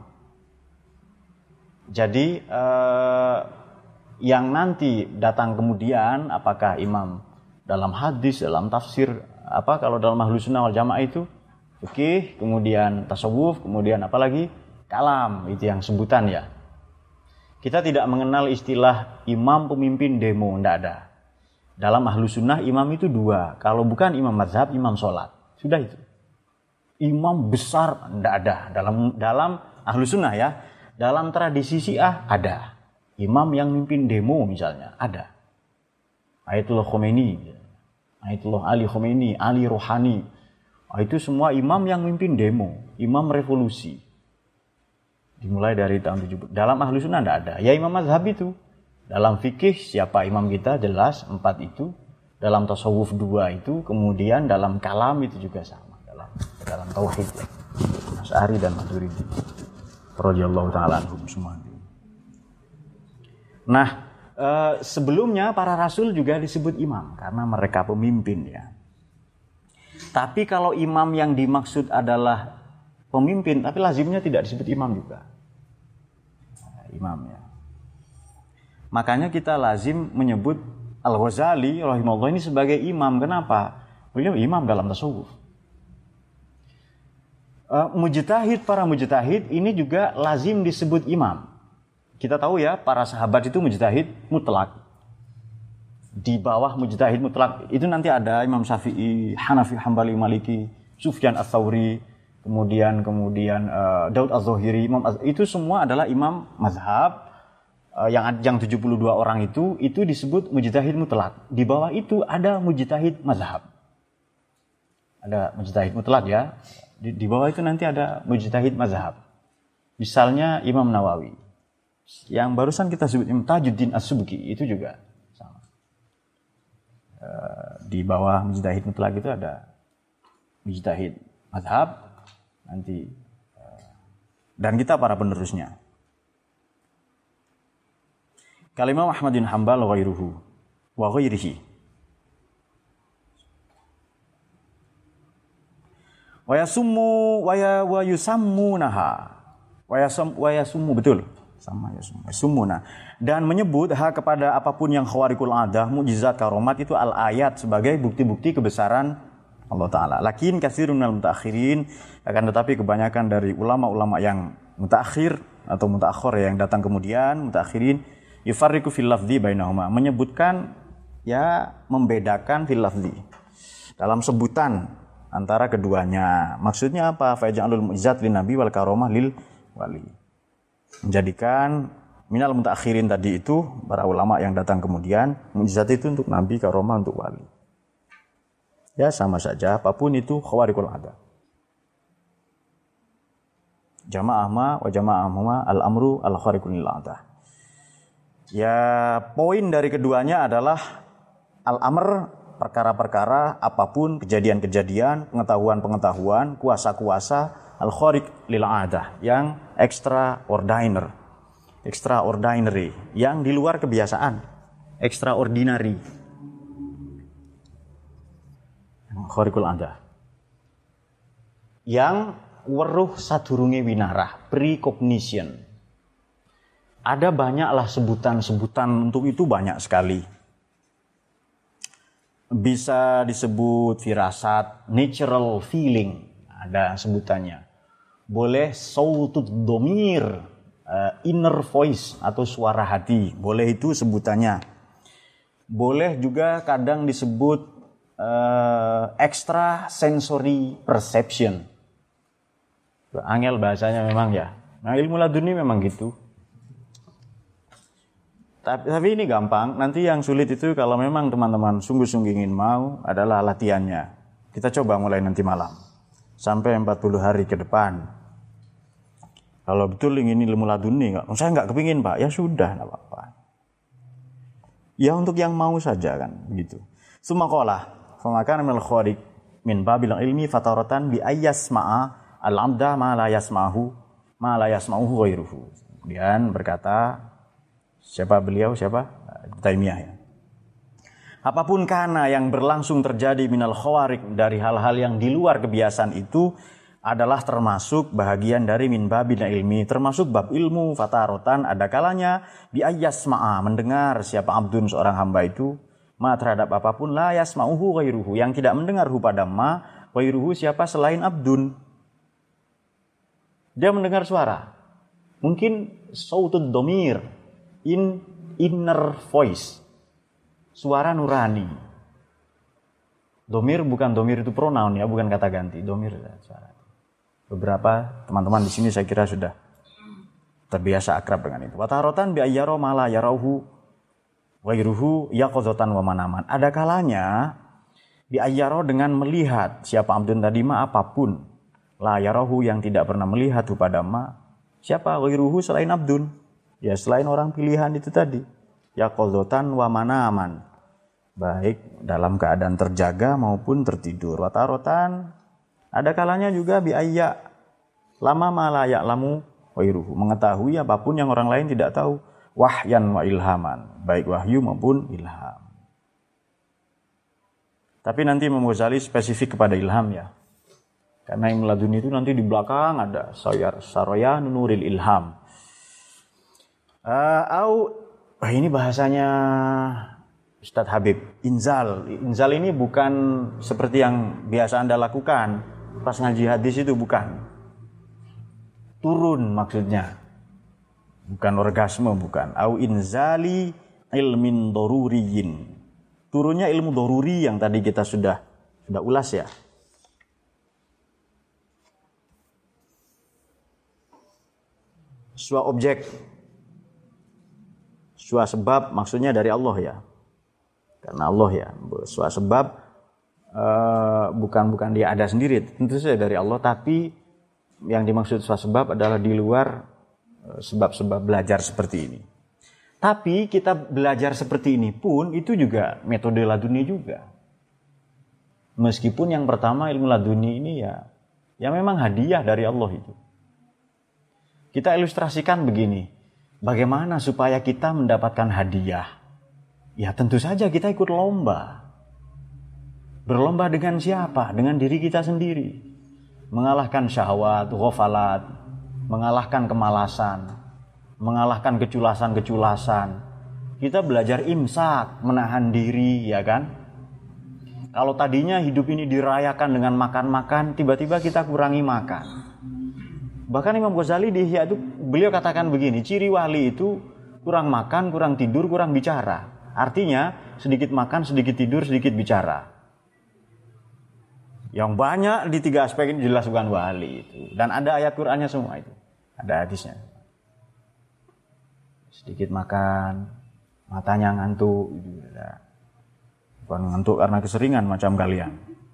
Jadi yang nanti datang kemudian, apakah imam dalam hadis, dalam tafsir, kalau dalam ahlus sunnah wal jamaah itu fikih, kemudian tasawuf, kemudian apalagi kalam, itu yang sebutan ya. Kita tidak mengenal istilah imam pemimpin demo, tidak ada. Dalam ahlus sunnah imam itu dua, kalau bukan imam mazhab, imam sholat, sudah itu. Imam besar tidak ada dalam ahlus sunnah ya. Dalam tradisi Syiah ada imam yang mimpin demo misalnya, ada. Ayatullah Khomeini, Ayatullah Ali Khomeini, Ali Rohani, itu semua imam yang mimpin demo, imam revolusi. Dimulai dari tahun 70. Dalam ahlus sunnah tidak ada. Ya imam mazhab itu. Dalam fikih siapa imam kita jelas 4 itu. Dalam tasawuf 2 itu. Kemudian dalam kalam itu juga sama. Dalam tauhid ya. Asy'ari dan Maturidi. Radhiyallahu ta'ala anhum semua. Nah, sebelumnya para rasul juga disebut imam karena mereka pemimpin ya. Tapi kalau imam yang dimaksud adalah pemimpin, tapi lazimnya tidak disebut imam juga. Imamnya. Makanya kita lazim menyebut Al-Ghazali rahimahullah ini sebagai imam. Kenapa? Beliau imam dalam tasawuf. Para mujtahid ini juga lazim disebut imam. Kita tahu ya, para sahabat itu mujtahid mutlak. Di bawah mujtahid mutlak itu nanti ada Imam Syafi'i, Hanafi, Hambali, Maliki, Sufyan Ats-Tsauri, kemudian Daud Az-Zahiri, itu semua adalah imam mazhab. Yang 72 orang itu disebut mujtahid mutlak. Di bawah itu ada mujtahid mazhab. Ada mujtahid mutlak ya. Di bawah itu nanti ada mujtahid mazhab. Misalnya Imam Nawawi. Yang barusan kita sebut Imam Tajuddin As-Subki itu juga sama. Di bawah mujtahid mutlak itu ada mujtahid mazhab. Nanti dan kita para penerusnya. Kalimah Ahmad bin Hanbal wa ghairihi. Wa yasummu betul. Sama yasummuna. Dan menyebut kepada apapun yang khawarikul adah, mukjizat, karomat itu al-ayat sebagai bukti-bukti kebesaran Allah Ta'ala. Lakin katsirun minal mutaakhirin, akan tetapi kebanyakan dari ulama-ulama yang mutaakhir atau mutaakhir yang datang kemudian, mutaakhirin, yufarriqu fil lafzi bainahuma, menyebutkan ya membedakan fil lafzi dalam sebutan antara keduanya. Maksudnya apa? Fa ja'alul mu'jizat lin nabi wal karomah lil wali. Menjadikan minal mutaakhirin tadi itu para ulama yang datang kemudian, mukjizat itu untuk nabi, karomah untuk wali. Ya sama saja, apapun itu khawarikul adah. Jama'ah wa jama'ahuma al-amru al-khawarikul adah. Ya poin dari keduanya adalah al-amr, perkara-perkara, apapun, kejadian-kejadian, pengetahuan-pengetahuan, kuasa-kuasa, al-khariq lil adah, yang extraordinary, yang di luar kebiasaan, extraordinary. Khariqul adah. Yang weruh sadurunge winarah, precognition. Ada banyaklah sebutan-sebutan untuk itu, banyak sekali. Bisa disebut firasat, natural feeling, ada sebutannya. Boleh sautud domir, inner voice atau suara hati, boleh itu sebutannya. Boleh juga kadang disebut extra sensory perception. Angel bahasanya memang ya. Nah ilmu laduni memang gitu. Tapi ini gampang. Nanti yang sulit itu kalau memang teman-teman sungguh-sungguh ingin mau adalah latihannya. Kita coba mulai nanti malam sampai 40 hari ke depan. Kalau betul ingin ilmu laduni, saya nggak kepingin Pak, ya sudah, nggak apa-apa. Ya untuk yang mau saja kan, begitu. Sumakolah, famakan minal khariq min babil ilmi fataratan bi ayyasma'a al-abda ma la yasma'uhu ghairuhu. Kemudian berkata, siapa beliau? Taimiyah ya. Apapun kana yang berlangsung terjadi minal khawariq dari hal-hal yang di luar kebiasaan itu adalah termasuk bahagian dari min babil ilmi, termasuk bab ilmu. Fatarotan ada kalanya bi ayyasma'a mendengar siapa abdun seorang hamba itu ma terhadap apapun la yasma'uhu ghairuhu yang tidak mendengar hu pada ma ghairuhu siapa selain abdun. Dia mendengar suara. Mungkin sautud domir, inner voice. Suara nurani. Domir bukan domir itu pronoun ya, bukan kata ganti. Domir suara. Beberapa teman-teman di sini saya kira sudah terbiasa akrab dengan itu. Watarotan bi ayyaro mala yarauhu ghairuhu yaqzatan wa manaman. Ada kalanya bi ayyaro dengan melihat siapa abdun tadi ma apapun. La yarahu yang tidak pernah melihat pada ma. Siapa ghairuhu selain abdun? Ya selain orang pilihan itu tadi. Yaqzatan wa manaman. Baik dalam keadaan terjaga maupun tertidur. Watarotan ada kalanya juga bi ayya lama mala ya'lamu ghairuhu, mengetahui apapun yang orang lain tidak tahu, wahyan wa ilhaman, baik wahyu maupun ilham. Tapi nanti Imam Ghazali spesifik kepada ilham ya. Karena ilmu laduni itu nanti di belakang ada saraya nuril ilham. Ini bahasanya Ustadz Habib, inzal. Inzal ini bukan seperti yang biasa Anda lakukan pas ngaji hadis itu, bukan. Turun maksudnya. Bukan orgasme, bukan. Au inzali ilmin doruriyin. Turunnya ilmu doruri yang tadi kita sudah ulas ya. Sebuah objek. Sebuah sebab maksudnya dari Allah ya. Karena Allah ya. Sebuah sebab bukan dia ada sendiri, tentu saja dari Allah, tapi yang dimaksud sebuah sebab adalah di luar sebab-sebab belajar seperti ini. Tapi kita belajar seperti ini pun itu juga metode laduni juga. Meskipun yang pertama ilmu laduni ini ya memang hadiah dari Allah itu. Kita ilustrasikan begini, bagaimana supaya kita mendapatkan hadiah? Ya tentu saja kita ikut lomba. Berlomba dengan siapa? Dengan diri kita sendiri. Mengalahkan syahwat, ghafalat, mengalahkan kemalasan, mengalahkan keculasan-keculasan. Kita belajar imsak, menahan diri, ya kan? Kalau tadinya hidup ini dirayakan dengan makan-makan, tiba-tiba kita kurangi makan. Bahkan Imam Ghazali di Ihya itu beliau katakan begini, ciri wali itu kurang makan, kurang tidur, kurang bicara. Artinya sedikit makan, sedikit tidur, sedikit bicara. Yang banyak di tiga aspek ini jelas bukan wali itu. Dan ada ayat Qur'annya semua itu. Ada hadisnya. Sedikit makan, matanya ngantuk. Bukan ngantuk karena keseringan macam kalian.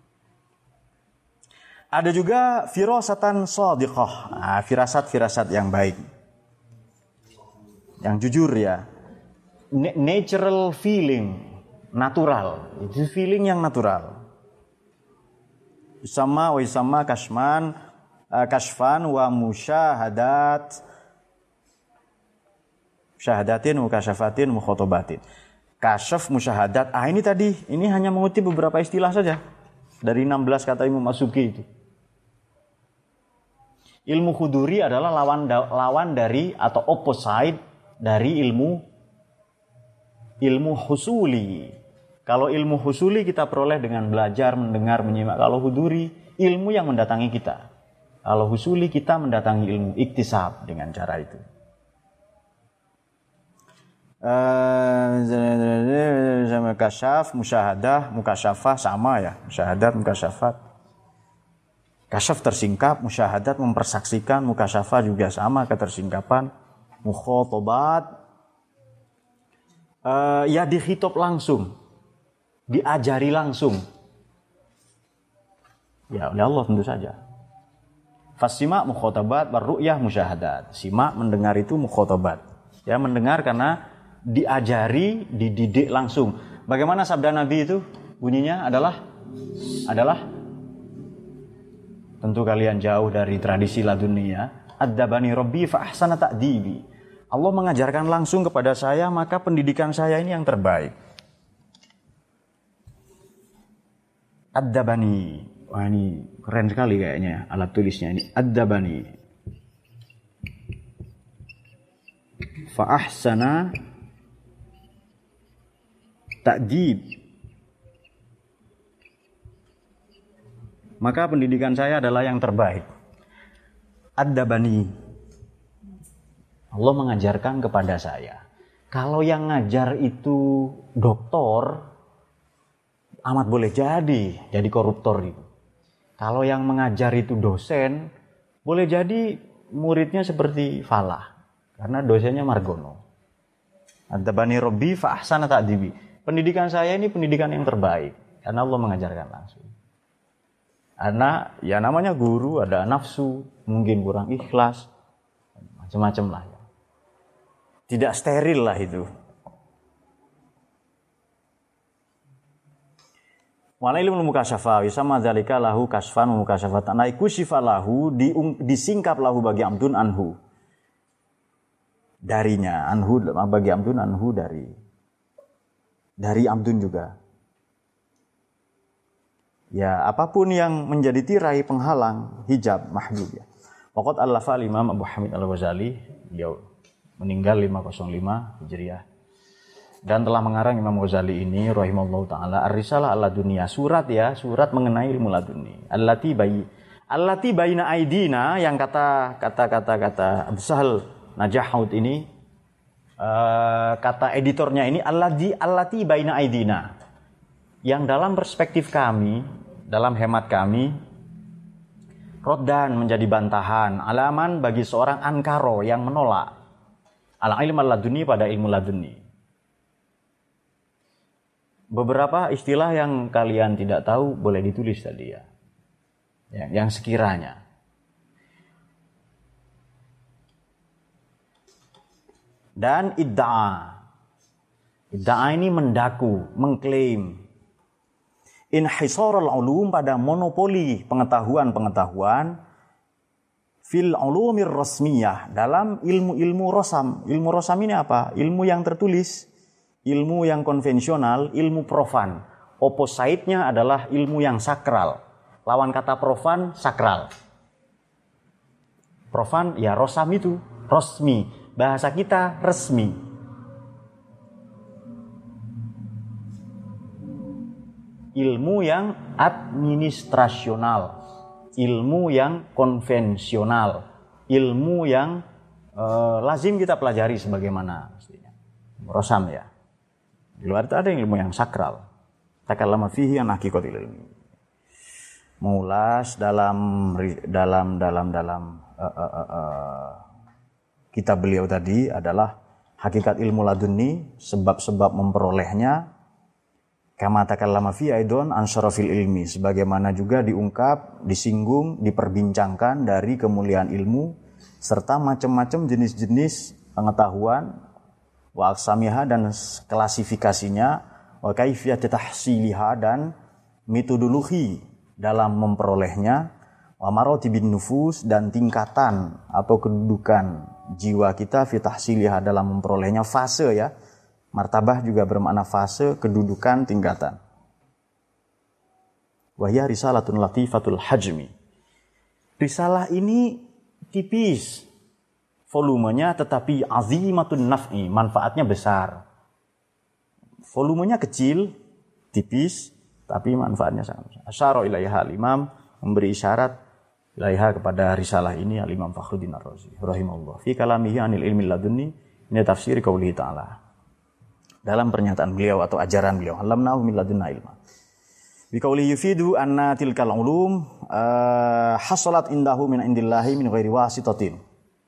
Ada juga firasatan shadiqah. Firasat-firasat yang baik. Yang jujur ya. Natural feeling. Natural. Itu feeling yang natural. Isama kashfan wa musyahadatin mukasyafatin mukhotobatin. Kasyaf, musyahadat. Ini hanya mengutip beberapa istilah saja dari 16 kata Imam As-Subki itu. Ilmu huduri adalah lawan dari atau opposite dari ilmu husuli. Kalau ilmu husuli kita peroleh dengan belajar, mendengar, menyimak. Kalau huduri, ilmu yang mendatangi kita. Kalau husuli, kita mendatangi ilmu iktisab dengan cara itu. Kasyaf, musyahadah, mukasyafah sama ya. Musyahadat, mukasyafat. Kasyaf tersingkap, musyahadat mempersaksikan, mukasyafah juga sama ketersingkapan. Mukhotobat, ya dihitop langsung. Diajari langsung. Ya oleh Allah tentu saja. Fasima mukhotabat, warru'yah musyahadat. Sima mendengar itu mukhotabat. Ya, mendengar karena diajari, dididik langsung. Bagaimana sabda Nabi itu? Bunyinya adalah tentu kalian jauh dari tradisi ladunia. Adzabani Rabbi fa ahsana ta'dibi. Allah mengajarkan langsung kepada saya, maka pendidikan saya ini yang terbaik. Adzabani. Wah, ini keren sekali kayaknya alat tulisnya ini. Adzabani fa ahsana ta'dib. Maka pendidikan saya adalah yang terbaik. Adzabani. Allah mengajarkan kepada saya. Kalau yang ngajar itu doktor, amat boleh jadi koruptor itu. Kalau yang mengajar itu dosen, boleh jadi muridnya seperti Falah. Karena dosennya Margono. Adzabani Rabbi fa ahsana ta'dibi. Pendidikan saya ini pendidikan yang terbaik. Karena Allah mengajarkan langsung. Karena ya namanya guru, ada nafsu, mungkin kurang ikhlas, macam-macam lah ya. Tidak steril lah itu. Wala ilmu mukasyafa sama dzalika lahu kasfan mukasyafatan. Naiku sifalahu disingkap lahu bagi amdun anhu. Darinya anhu bagi amdun anhu dari amdun juga. Ya, apapun yang menjadi tirai penghalang hijab mahjub ya. Waqad allafa Imam Abu Hamid Al-Ghazali, beliau meninggal 505 Hijriah. Dan telah mengarang Imam Ghazali ini rahimallahu taala Ar-Risalah Al-Laduniyah, surat mengenai ilmu laduni. Allati baina aidina, yang kata Abu Sahal Najahaut ini, kata editornya ini allati baina aidina, yang dalam perspektif kami, dalam hemat kami, roddan menjadi bantahan, alaman bagi seorang ankaro yang menolak al-ilm al-laduni pada ilmu laduni. Beberapa istilah yang kalian tidak tahu boleh ditulis tadi ya. Yang sekiranya. Dan idda'a. Idda'a ini mendaku, mengklaim. Inhisarul ulum, pada monopoli pengetahuan fil ulumir rasmiyah, dalam ilmu-ilmu rosam. Ilmu rosam ini apa? Ilmu yang tertulis, ilmu yang konvensional, ilmu profan. Opposite-nya adalah ilmu yang sakral. Lawan kata profan, sakral. Profan ya rosam itu, rosmi. Bahasa kita resmi. Ilmu yang administrasional, ilmu yang konvensional, ilmu yang lazim kita pelajari sebagaimana mestinya. Rosam ya. Di luar itu ada ilmu yang sakral. Takallama fihi an haqiqatil ilmi. Mengulas dalam kitab beliau tadi adalah hakikat ilmu laduni, sebab-sebab memperolehnya. Kama takallama fi aidon an syarafil ilmi, sebagaimana juga diungkap, disinggung, diperbincangkan dari kemuliaan ilmu serta macam-macam jenis-jenis pengetahuan, wa aqsamiha, dan klasifikasinya, wa kaifiyat tahsiliha, dan metodologi dalam memperolehnya, wa maratibin nufus, dan tingkatan atau kedudukan jiwa kita fi tahsiliha dalam memperolehnya, fase ya. Martabah juga bermakna fase, kedudukan, tingkatan. Wa hiya risalatun latifatul hajmi. Risalah ini tipis volumenya, tetapi azimatun naf'i, manfaatnya besar. Volumenya kecil, tipis, tapi manfaatnya sangat besar. Asyara ilaiha al-imam, memberi isyarat ilaiha kepada risalah ini al-Imam Fakhruddin Ar-Razi rahimahullah fi kalamihi anil ilmi laduni, ini tafsir qaulihi ta'ala. Dalam pernyataan beliau atau ajaran beliau, alamnahu min ladunna ilma. Bi qaulihi yufidu anna tilkal ulum hasalat indahu min indillahi min ghairi wasitatin.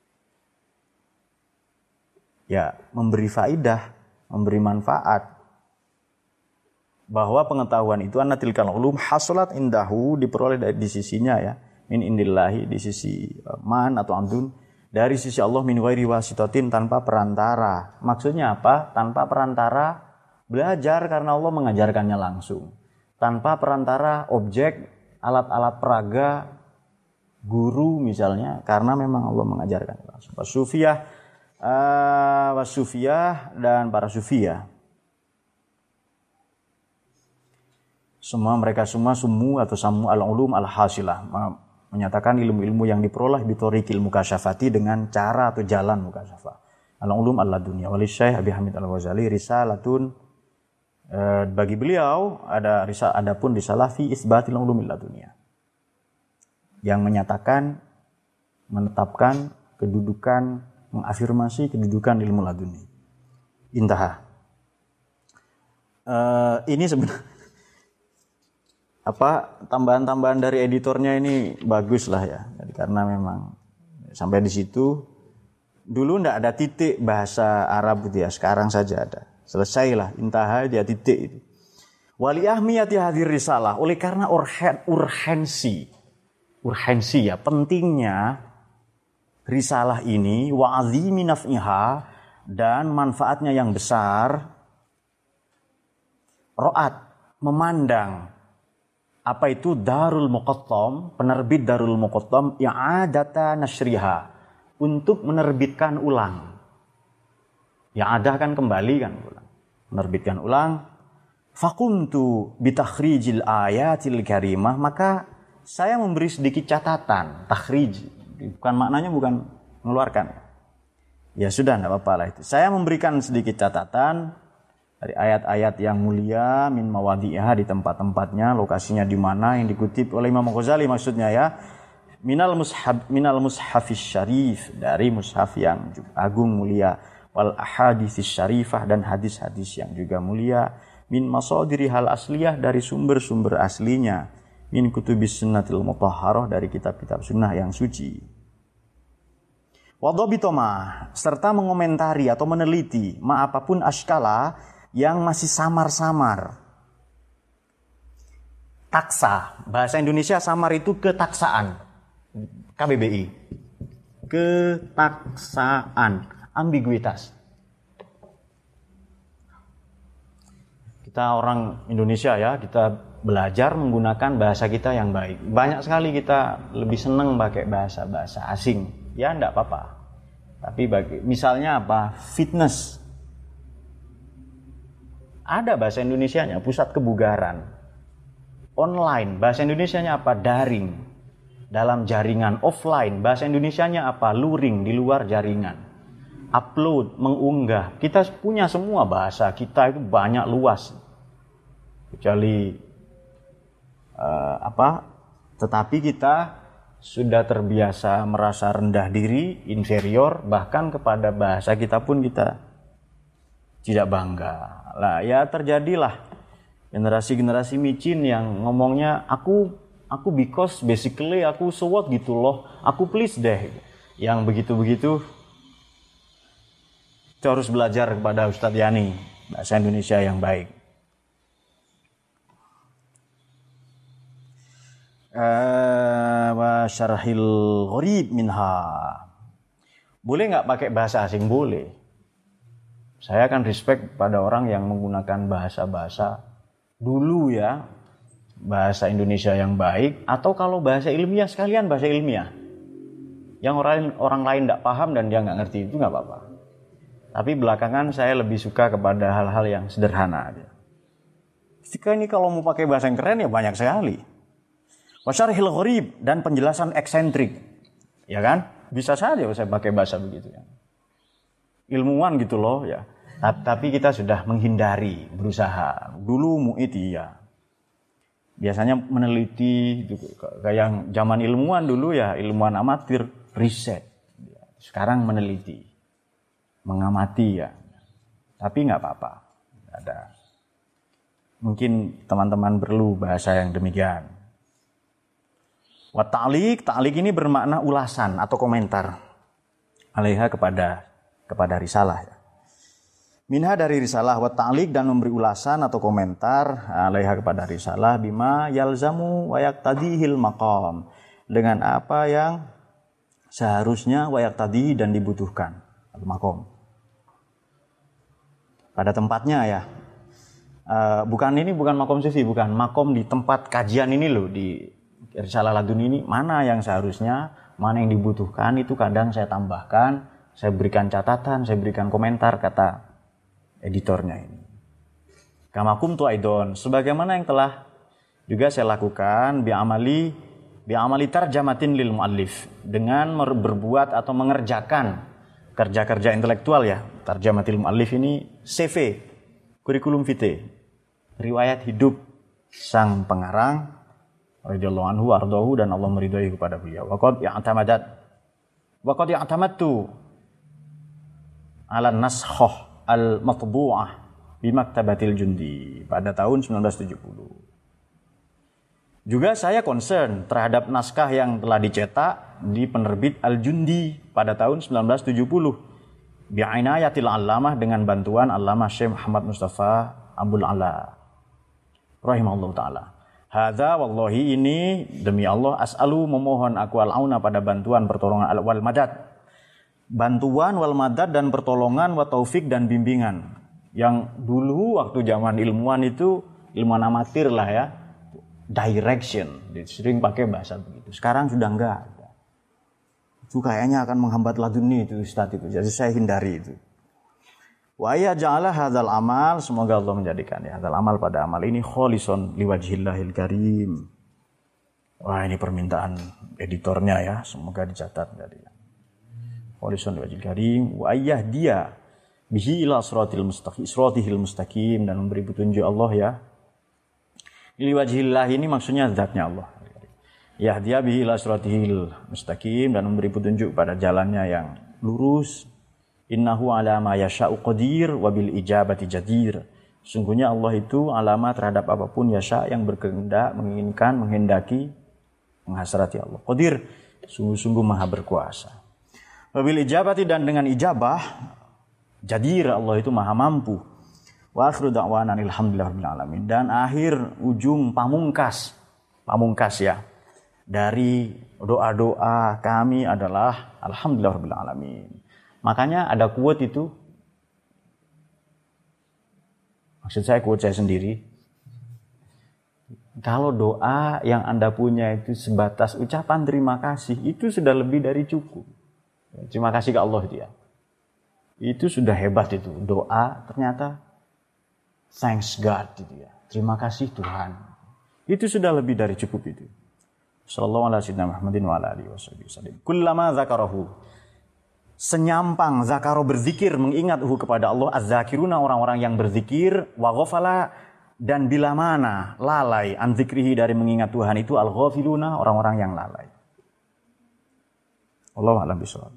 Ya, memberi faidah, memberi manfaat, bahwa pengetahuan itu anna tilkal ulum hasalat indahu, diperoleh di sisinya ya, min indillahi, di sisi man atau amdun, dari sisi Allah, min ghairi wasitatin, tanpa perantara. Maksudnya apa? Tanpa perantara, belajar karena Allah mengajarkannya langsung. Tanpa perantara objek, alat-alat peraga, guru misalnya, karena memang Allah mengajarkan langsung. Wasufiyah dan para sufiyah. Mereka semua sumu atau samu al-ulum al-hasilah, menyatakan ilmu-ilmu yang diperoleh bitorikil mukasyafati, dengan cara atau jalan mukasyafah. Al-ulum al-ladunya. Wali Syekh Abi Hamid Al-Ghazali risalatun, bagi beliau ada pun risalah fi isbatil ulumil ladunya, yang menyatakan, menetapkan kedudukan, mengafirmasi kedudukan ilmu laduni. Intaha. Ini sebenarnya tambahan-tambahan dari editornya ini bagus lah ya. Jadi karena memang sampai di situ, dulu ndak ada titik bahasa Arab gitu ya, sekarang saja ada. Selesailah, intaha dia titik itu. Wali ahmiyati hadir risalah, oleh karena urgensi ya, pentingnya risalah ini, wa azimi naf'iha, dan manfaatnya yang besar, ro'at, memandang, apa itu Darul Muqattam, penerbit Darul Muqattam, i'adata nashriha, untuk menerbitkan ulang. I'adah kan kembali kan, menerbitkan ulang. Faqumtu bitakhrijil ayatil karimah, maka saya memberi sedikit catatan, takhrij, maknanya bukan mengeluarkan. Ya sudah, enggak apa-apa lah itu. Saya memberikan sedikit catatan dari ayat-ayat yang mulia, min mawadhi'ah, di tempat-tempatnya, lokasinya di mana, yang dikutip oleh Imam Ghazali maksudnya ya. Minal mushafis syarif, dari mushaf yang agung mulia, wal ahaditsis syarifah, dan hadis-hadis yang juga mulia, min masadiri hal asliyah, dari sumber-sumber aslinya, min kutubis sunnatil mutahharah, dari kitab-kitab sunnah yang suci. Wadhabitomah, serta mengomentari atau meneliti ma apapun askala yang masih samar-samar. Taksa, bahasa Indonesia samar itu ketaksaan. KBBI. Ketaksaan, ambiguitas. Kita orang Indonesia ya, kita belajar menggunakan bahasa kita yang baik. Banyak sekali kita lebih senang pakai bahasa-bahasa asing. Ya enggak apa-apa. Tapi misalnya apa? Fitness. Ada bahasa Indonesianya, pusat kebugaran. Online, bahasa Indonesianya apa? Daring. Dalam jaringan. Offline, bahasa Indonesianya apa? Luring, di luar jaringan. Upload, mengunggah. Kita punya semua bahasa, kita itu banyak luas. Kecuali tetapi kita sudah terbiasa merasa rendah diri, inferior, bahkan kepada bahasa kita pun kita tidak bangga. Lah ya terjadilah generasi-generasi micin yang ngomongnya aku because basically aku so what gitu loh, aku please deh. Yang begitu-begitu kita harus belajar kepada Ustadz Yani bahasa Indonesia yang baik. Wa syarhil gharib minha. Boleh nggak pakai bahasa asing? Boleh. Saya akan respect pada orang yang menggunakan bahasa-bahasa dulu ya, bahasa Indonesia yang baik, atau kalau bahasa ilmiah sekalian bahasa ilmiah. Yang orang lain tidak paham dan dia nggak ngerti, itu nggak apa-apa. Tapi belakangan saya lebih suka kepada hal-hal yang sederhana aja. Jika ini kalau mau pakai bahasa yang keren ya banyak sekali. Wasyarhil gharib, dan penjelasan eksentrik. Ya kan? Bisa saja saya pakai bahasa begitu ya. Ilmuwan gitu loh ya. Tapi kita sudah menghindari, berusaha. Dulu mu'id ya. Biasanya meneliti gitu. Kayak yang zaman ilmuwan dulu ya, ilmuwan amatir, riset. Sekarang meneliti, mengamati ya. Tapi nggak apa-apa. Ada. Mungkin teman-teman perlu bahasa yang demikian. Wa ta'liq ini bermakna ulasan atau komentar. Alaiha kepada risalah ya. Minha dari risalah, wa ta'liq, dan memberi ulasan atau komentar alaiha kepada risalah, bima yalzamu wa yaqtadihil maqam, dengan apa yang seharusnya wayak tadi dan dibutuhkan. Al-makom. Pada tempatnya ya. Bukan makom sufi, bukan makom di tempat kajian ini loh, di Risalah Laduni ini, mana yang seharusnya, mana yang dibutuhkan, itu kadang saya tambahkan, saya berikan catatan, saya berikan komentar, kata editornya ini. Kamakum tu aidon, sebagaimana yang telah juga saya lakukan, bi'amali tarjamatin lil mu'allif, dengan berbuat atau mengerjakan kerja-kerja intelektual ya. Tarjamatil mu'allif ini CV, kurikulum vitae, riwayat hidup sang pengarang radhiyallahu anhu wardahu, dan Allah meridhai kepada beliau. Waqad i'tamadtu ala naskhah al-matbu'ah bi Maktabatil Jundi pada tahun 1970. Juga saya concern terhadap naskah yang telah dicetak di penerbit Al-Jundi pada tahun 1970 bi'inayatil allamah, dengan bantuan Allamah Syekh Muhammad Mustafa Abdul Ala rahimahullah ta'ala. Hadza wallahi, ini demi Allah, as'alu memohon aku al-auna pada bantuan pertolongan wal madad. Bantuan wal madad dan pertolongan, wa taufik dan bimbingan. Yang dulu waktu zaman ilmuwan itu, ilmuwan amatir lah ya, direction, sering pakai bahasa begitu. Sekarang sudah enggak. Itu kayaknya akan menghambat laduni itu Ustaz itu. Jadi saya hindari itu. Wa ya ja'ala hadzal amal, semoga Allah menjadikan ya hadzal amal pada amal ini kholison liwajhillahil karim. Wah, ini permintaan editornya ya, semoga dicatat dari kholison liwajhil karim wa ayyahdiya bihi ila siratil mustaqim, dan memberi petunjuk Allah ya. Liwajhillah ini maksudnya zatnya Allah. Yahdiya bihi ila siratil mustaqim, dan memberi petunjuk pada jalannya yang lurus. Innahu ala ma yasha'u qadir wa bil ijabati jadir. Sungguhnya Allah itu alama terhadap apapun yasha, yang berkehendak, menginginkan, menghendaki, menghasrati Allah. Qadir, sungguh-sungguh maha berkuasa. Wa bil ijabati, dan dengan ijabah, jadir, Allah itu maha mampu. Wa akhiru da'wana alhamdulillahirabbil alamin. Dan akhir ujung pamungkas ya dari doa-doa kami adalah alhamdulillahirabbil alamin. Makanya ada quote itu, maksud saya quote saya sendiri, kalau doa yang Anda punya itu sebatas ucapan terima kasih, itu sudah lebih dari cukup. Terima kasih ke Allah itu ya. Itu sudah hebat itu. Doa ternyata thanks God itu ya. Terima kasih Tuhan. Itu sudah lebih dari cukup itu. Sallallahu alaihi Muhammadin wa ala alihi wasallam. Kullama zakarahu, senyampang zakaro berzikir, mengingat kepada Allah, az-zakiruna, orang-orang yang berzikir, wa ghafala, dan bila mana lalai an zikrihi, dari mengingat Tuhan itu, al-ghafiluna, orang-orang yang lalai. Allahu a'lam bishawab.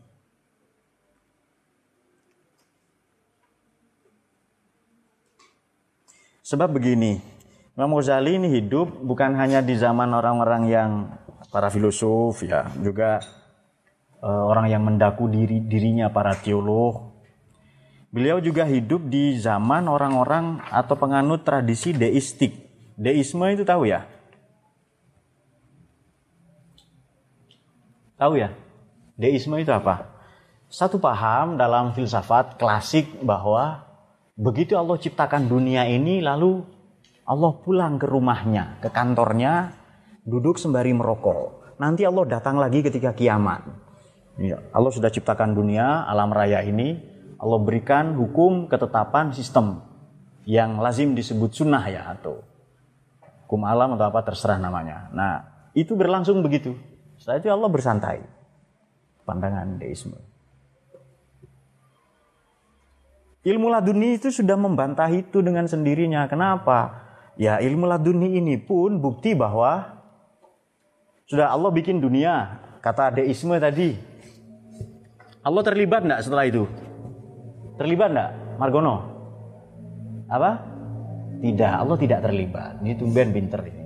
Sebab begini, Imam Ghazali ini hidup bukan hanya di zaman orang-orang yang para filosof ya, juga orang yang mendaku dirinya para teolog. Beliau juga hidup di zaman orang-orang atau penganut tradisi deistik. Deisme itu tahu ya? Tahu ya? Deisme itu apa? Satu paham dalam filsafat klasik bahwa begitu Allah ciptakan dunia ini, lalu Allah pulang ke rumahnya, ke kantornya, duduk sembari merokok. Nanti Allah datang lagi ketika kiamat. Ya, Allah sudah ciptakan dunia, alam raya ini, Allah berikan hukum, ketetapan, sistem yang lazim disebut sunnah ya, atau hukum alam atau apa terserah namanya. Nah, itu berlangsung begitu. Setelah itu Allah bersantai. Pandangan deisme. Ilmu laduni itu sudah membantah itu dengan sendirinya. Kenapa? Ya, ilmu laduni ini pun bukti bahwa sudah Allah bikin dunia. Kata deisme tadi, Allah terlibat enggak setelah itu? Terlibat enggak, Margono? Apa? Tidak, Allah tidak terlibat. Ini tumben pinter ini.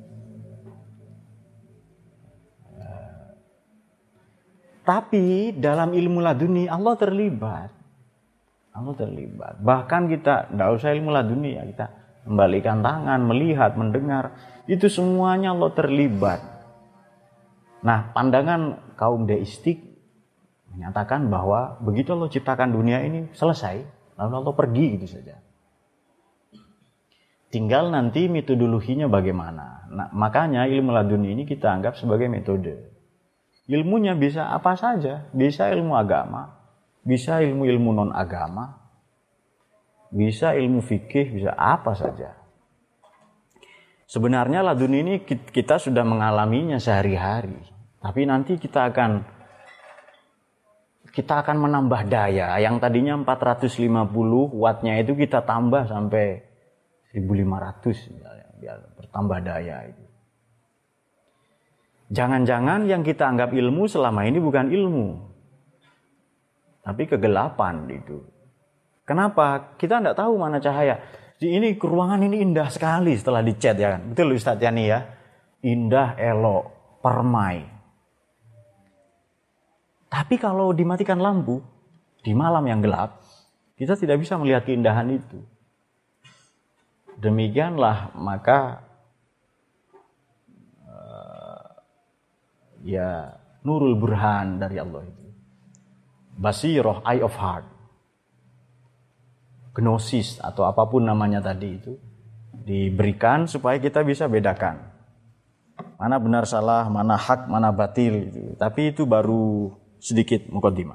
Tapi dalam ilmu laduni Allah terlibat. Allah terlibat. Bahkan kita enggak usah ilmu laduni ya, kita membalikan tangan, melihat, mendengar, itu semuanya Allah terlibat. Nah, pandangan kaum deistik menyatakan bahwa begitu Allah ciptakan dunia ini selesai, lalu Allah pergi gitu saja. Tinggal nanti metodologinya bagaimana. Nah, makanya ilmu laduni ini kita anggap sebagai metode. Ilmunya bisa apa saja, bisa ilmu agama, bisa ilmu-ilmu non-agama, bisa ilmu fikih, bisa apa saja. Sebenarnya laduni ini kita sudah mengalaminya sehari-hari. Tapi nanti kita akan menambah daya. Yang tadinya 450 wattnya itu kita tambah sampai 1500 biar bertambah daya itu. Jangan-jangan yang kita anggap ilmu selama ini bukan ilmu, tapi kegelapan itu. Kenapa? Kita tidak tahu mana cahaya. Ini ruangan ini indah sekali setelah dicat ya kan. Betul Ustaz Yani ya. Indah, elok, permai. Tapi kalau dimatikan lampu di malam yang gelap, kita tidak bisa melihat keindahan itu. Demikianlah maka ya nurul burhan dari Allah itu. Basirah, eye of heart. Gnosis atau apapun namanya tadi itu diberikan supaya kita bisa bedakan mana benar salah, mana hak, mana batil itu. Tapi itu baru sedikit mukaddimah.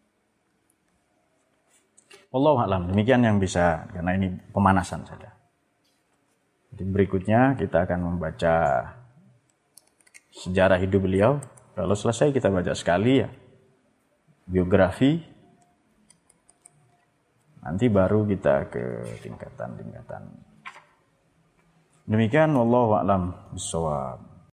Wallahu a'lam. Demikian yang bisa, karena ini pemanasan saja. Jadi berikutnya kita akan membaca sejarah hidup beliau. Kalau selesai kita baca sekali ya biografi. Nanti baru kita ke tingkatan-tingkatan. Demikian wallahu a'lam bishawab.